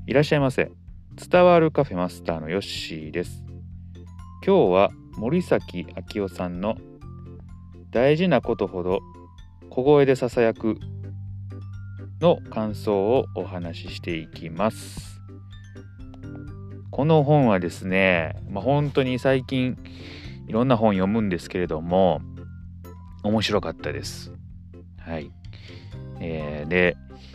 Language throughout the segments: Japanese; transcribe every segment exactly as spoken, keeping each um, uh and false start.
いらっしゃいませ。伝わるカフェマスターのヨッシーです。今日は森崎明夫さんの大事なことほど小声でささやくの感想をお話ししていきます。この本はですね、まあ、本当に最近いろんな本読むんですけれども面白かったです。はい。えー、で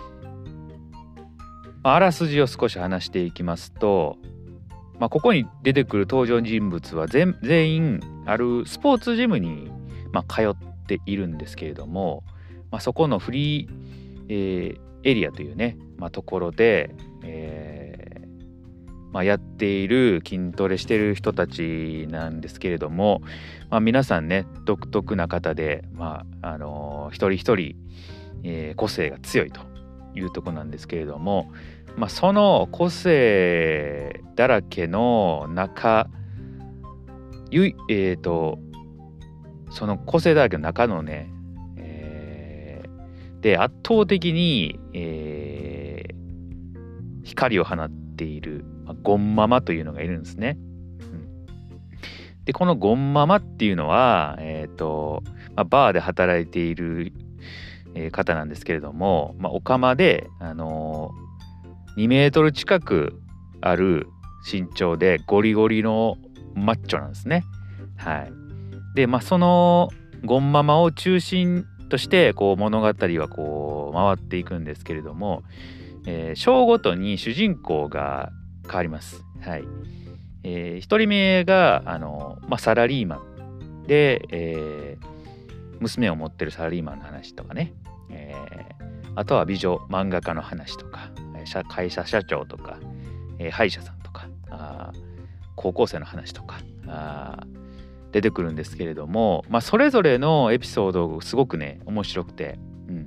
あらすじを少し話していきますと、まあ、ここに出てくる登場人物は 全, 全員あるスポーツジムに、まあ、通っているんですけれども、まあ、そこのフリー、えー、エリアというね、まあ、ところで、えーまあ、やっている筋トレしている人たちなんですけれども、まあ、皆さんね独特な方で、まああのー、一人一人、えー、個性が強いというとこなんですけれども、まあ、その個性だらけの中ゆいえーとその個性だらけの中のね、えー、で圧倒的に、えー、光を放っている、まあ、ゴンママというのがいるんですね。うん、でこのゴンママっていうのは、えーとまあ、バーで働いている方なんですけれども、まあ、オカマで、あのー、にメートル近くある身長でゴリゴリのマッチョなんですね。はい。で、まあ、そのゴンママを中心としてこう物語はこう回っていくんですけれども、えー、章ごとに主人公が変わります。はい。えー、ひとりめが、あのーまあ、サラリーマンで、えー娘を持ってるサラリーマンの話とかね、えー、あとは美女漫画家の話とか会社社長とか、えー、歯医者さんとかあ高校生の話とかあ出てくるんですけれども、まあ、それぞれのエピソードすごくね面白くて、うん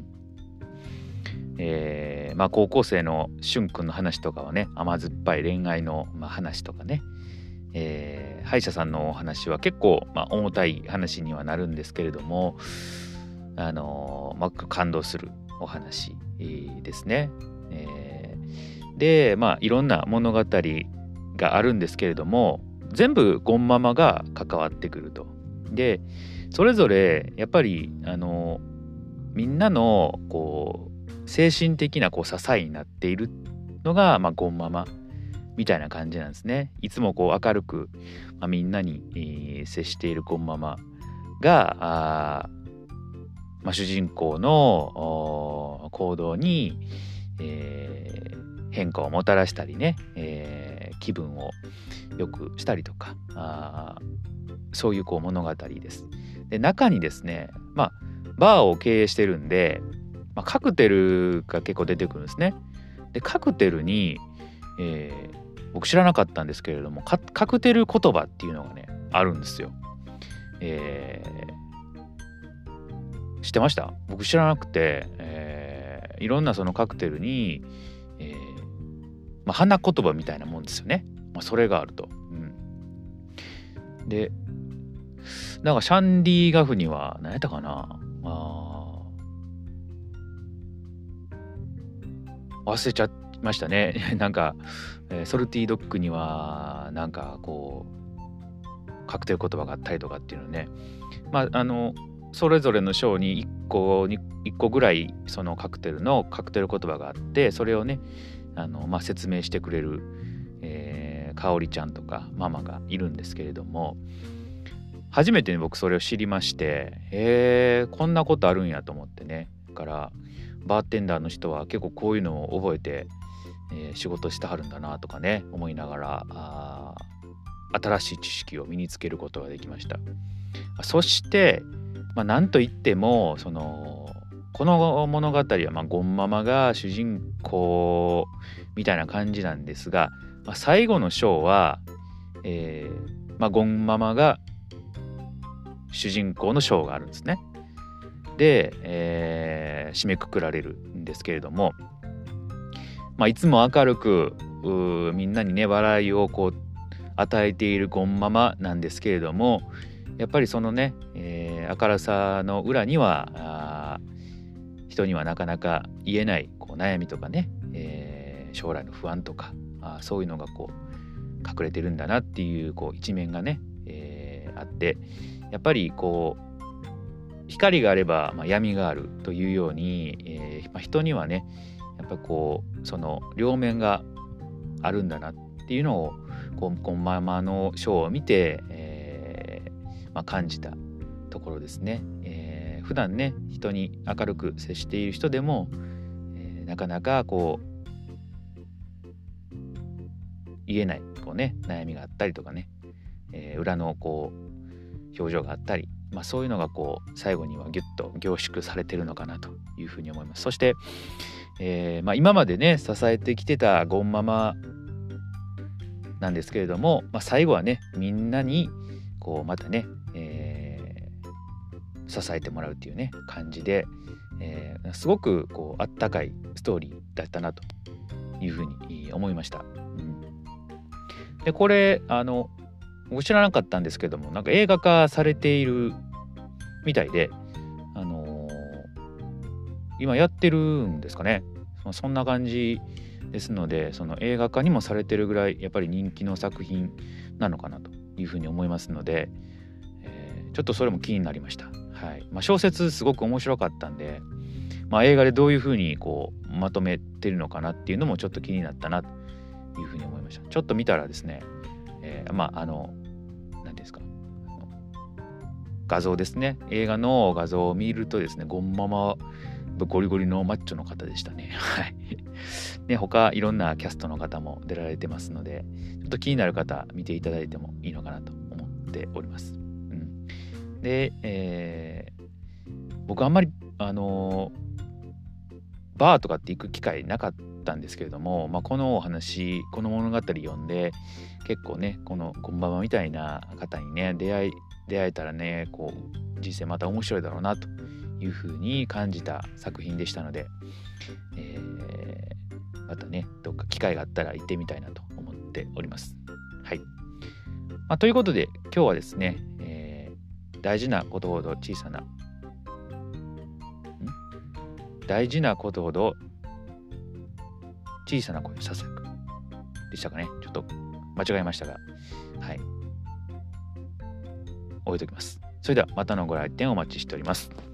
えーまあ、高校生のしゅんくんの話とかはね甘酸っぱい恋愛の、まあ、話とかね、えー、歯医者さんのお話は結構、まあ、重たい話にはなるんですけれども、あのーまあ、感動するお話ですね。えー、で、まあ、いろんな物語があるんですけれども全部ゴンママが関わってくると。でそれぞれやっぱり、あのー、みんなのこう精神的なこう支えになっているのが、まあ、ゴンママみたいな感じなんですね。いつもこう明るく、まあ、みんなに、えー、接しているゴンママがあ、まあ、主人公の行動に、えー、変化をもたらしたりね、えー、気分を良くしたりとかあそういうこう物語です。で中にですね、まあ、バーを経営してるんで、まあ、カクテルが結構出てくるんですね。でカクテルに、えー僕知らなかったんですけれども カ, カクテル言葉っていうのがねあるんですよ。えー、知ってました？僕知らなくて、えー、いろんなそのカクテルに、えーまあ、花言葉みたいなもんですよね。まあ、それがあると。うん、でなんかシャンディガフには何やったかなあ忘れちゃってましたね。なんか、えー、ソルティードッグにはなんかこうカクテル言葉があったりとかっていうのね、まああのそれぞれの章にいっこにいっこぐらいそのカクテルのカクテル言葉があってそれをねあの、まあ、説明してくれる、えー、かおりちゃんとかママがいるんですけれども初めて僕それを知りましてへえこんなことあるんやと思ってねだからバーテンダーの人は結構こういうのを覚えてえー、仕事してはるんだなとかね思いながらあ新しい知識を身につけることができました。そして、まあ、なんといってもそのこの物語は、まあ、ゴンママが主人公みたいな感じなんですが、まあ、最後の章は、えーまあ、ゴンママが主人公の章があるんですね。で、えー締めくくられるんですけれどもまあ、いつも明るくみんなにね笑いをこう与えているゴンママなんですけれどもやっぱりそのね、えー、明るさの裏には人にはなかなか言えないこう悩みとかね、えー、 将来の不安とかあそういうのがこう隠れてるんだなっていうこう一面がね、えー、あって、やっぱりこう光があれば、まあ、闇があるというように、えーまあ、人にはねやっぱこうその両面があるんだなっていうのをこうこのままのショーを見て、えーまあ、感じたところですね。えー、普段ね人に明るく接している人でも、えー、なかなかこう言えないこう、ね、悩みがあったりとかね、えー、裏のこう表情があったり、まあ、そういうのがこう最後にはギュッと凝縮されてるのかなというふうに思います。そして、えーまあ、今までね支えてきてたゴンママなんですけれども、まあ、最後はねみんなにこうまたね、えー、支えてもらうっていうね感じで、えー、すごくこうあったかいストーリーだったなというふうに思いました。うん、でこれあの僕知らなかったんですけども、なんか映画化されているみたいで、あのー、今やってるんですかね。そんな感じですので、その映画化にもされてるぐらいやっぱり人気の作品なのかなというふうに思いますので、えー、ちょっとそれも気になりました。はいまあ、小説すごく面白かったんで、まあ、映画でどういうふうにこうまとめてるのかなっていうのもちょっと気になったなというふうに思いました。ちょっと見たらですね、えー、まああの何ですか画像ですね、映画の画像を見るとですね、ゴンママゴリゴリのマッチョの方でしたね。はい。ね、他いろんなキャストの方も出られてますので、ちょっと気になる方見ていただいてもいいのかなと思っております。うん、で、えー、僕あんまりあのー、バーとかって行く機会なかったんですけれども、まあ、このお話この物語読んで結構ねこのゴンママみたいな方にね出会い出会えたらねこう人生また面白いだろうなというふうに感じた作品でしたので、えー、またねどっか機会があったら行ってみたいなと思っております。はい、まあ、ということで今日はですね、えー、大事なことほど小さな大事なことほど小さな声をささやくでしたかね。ちょっと間違えましたが、はい覚えておきます。それではまたのご来店お待ちしております。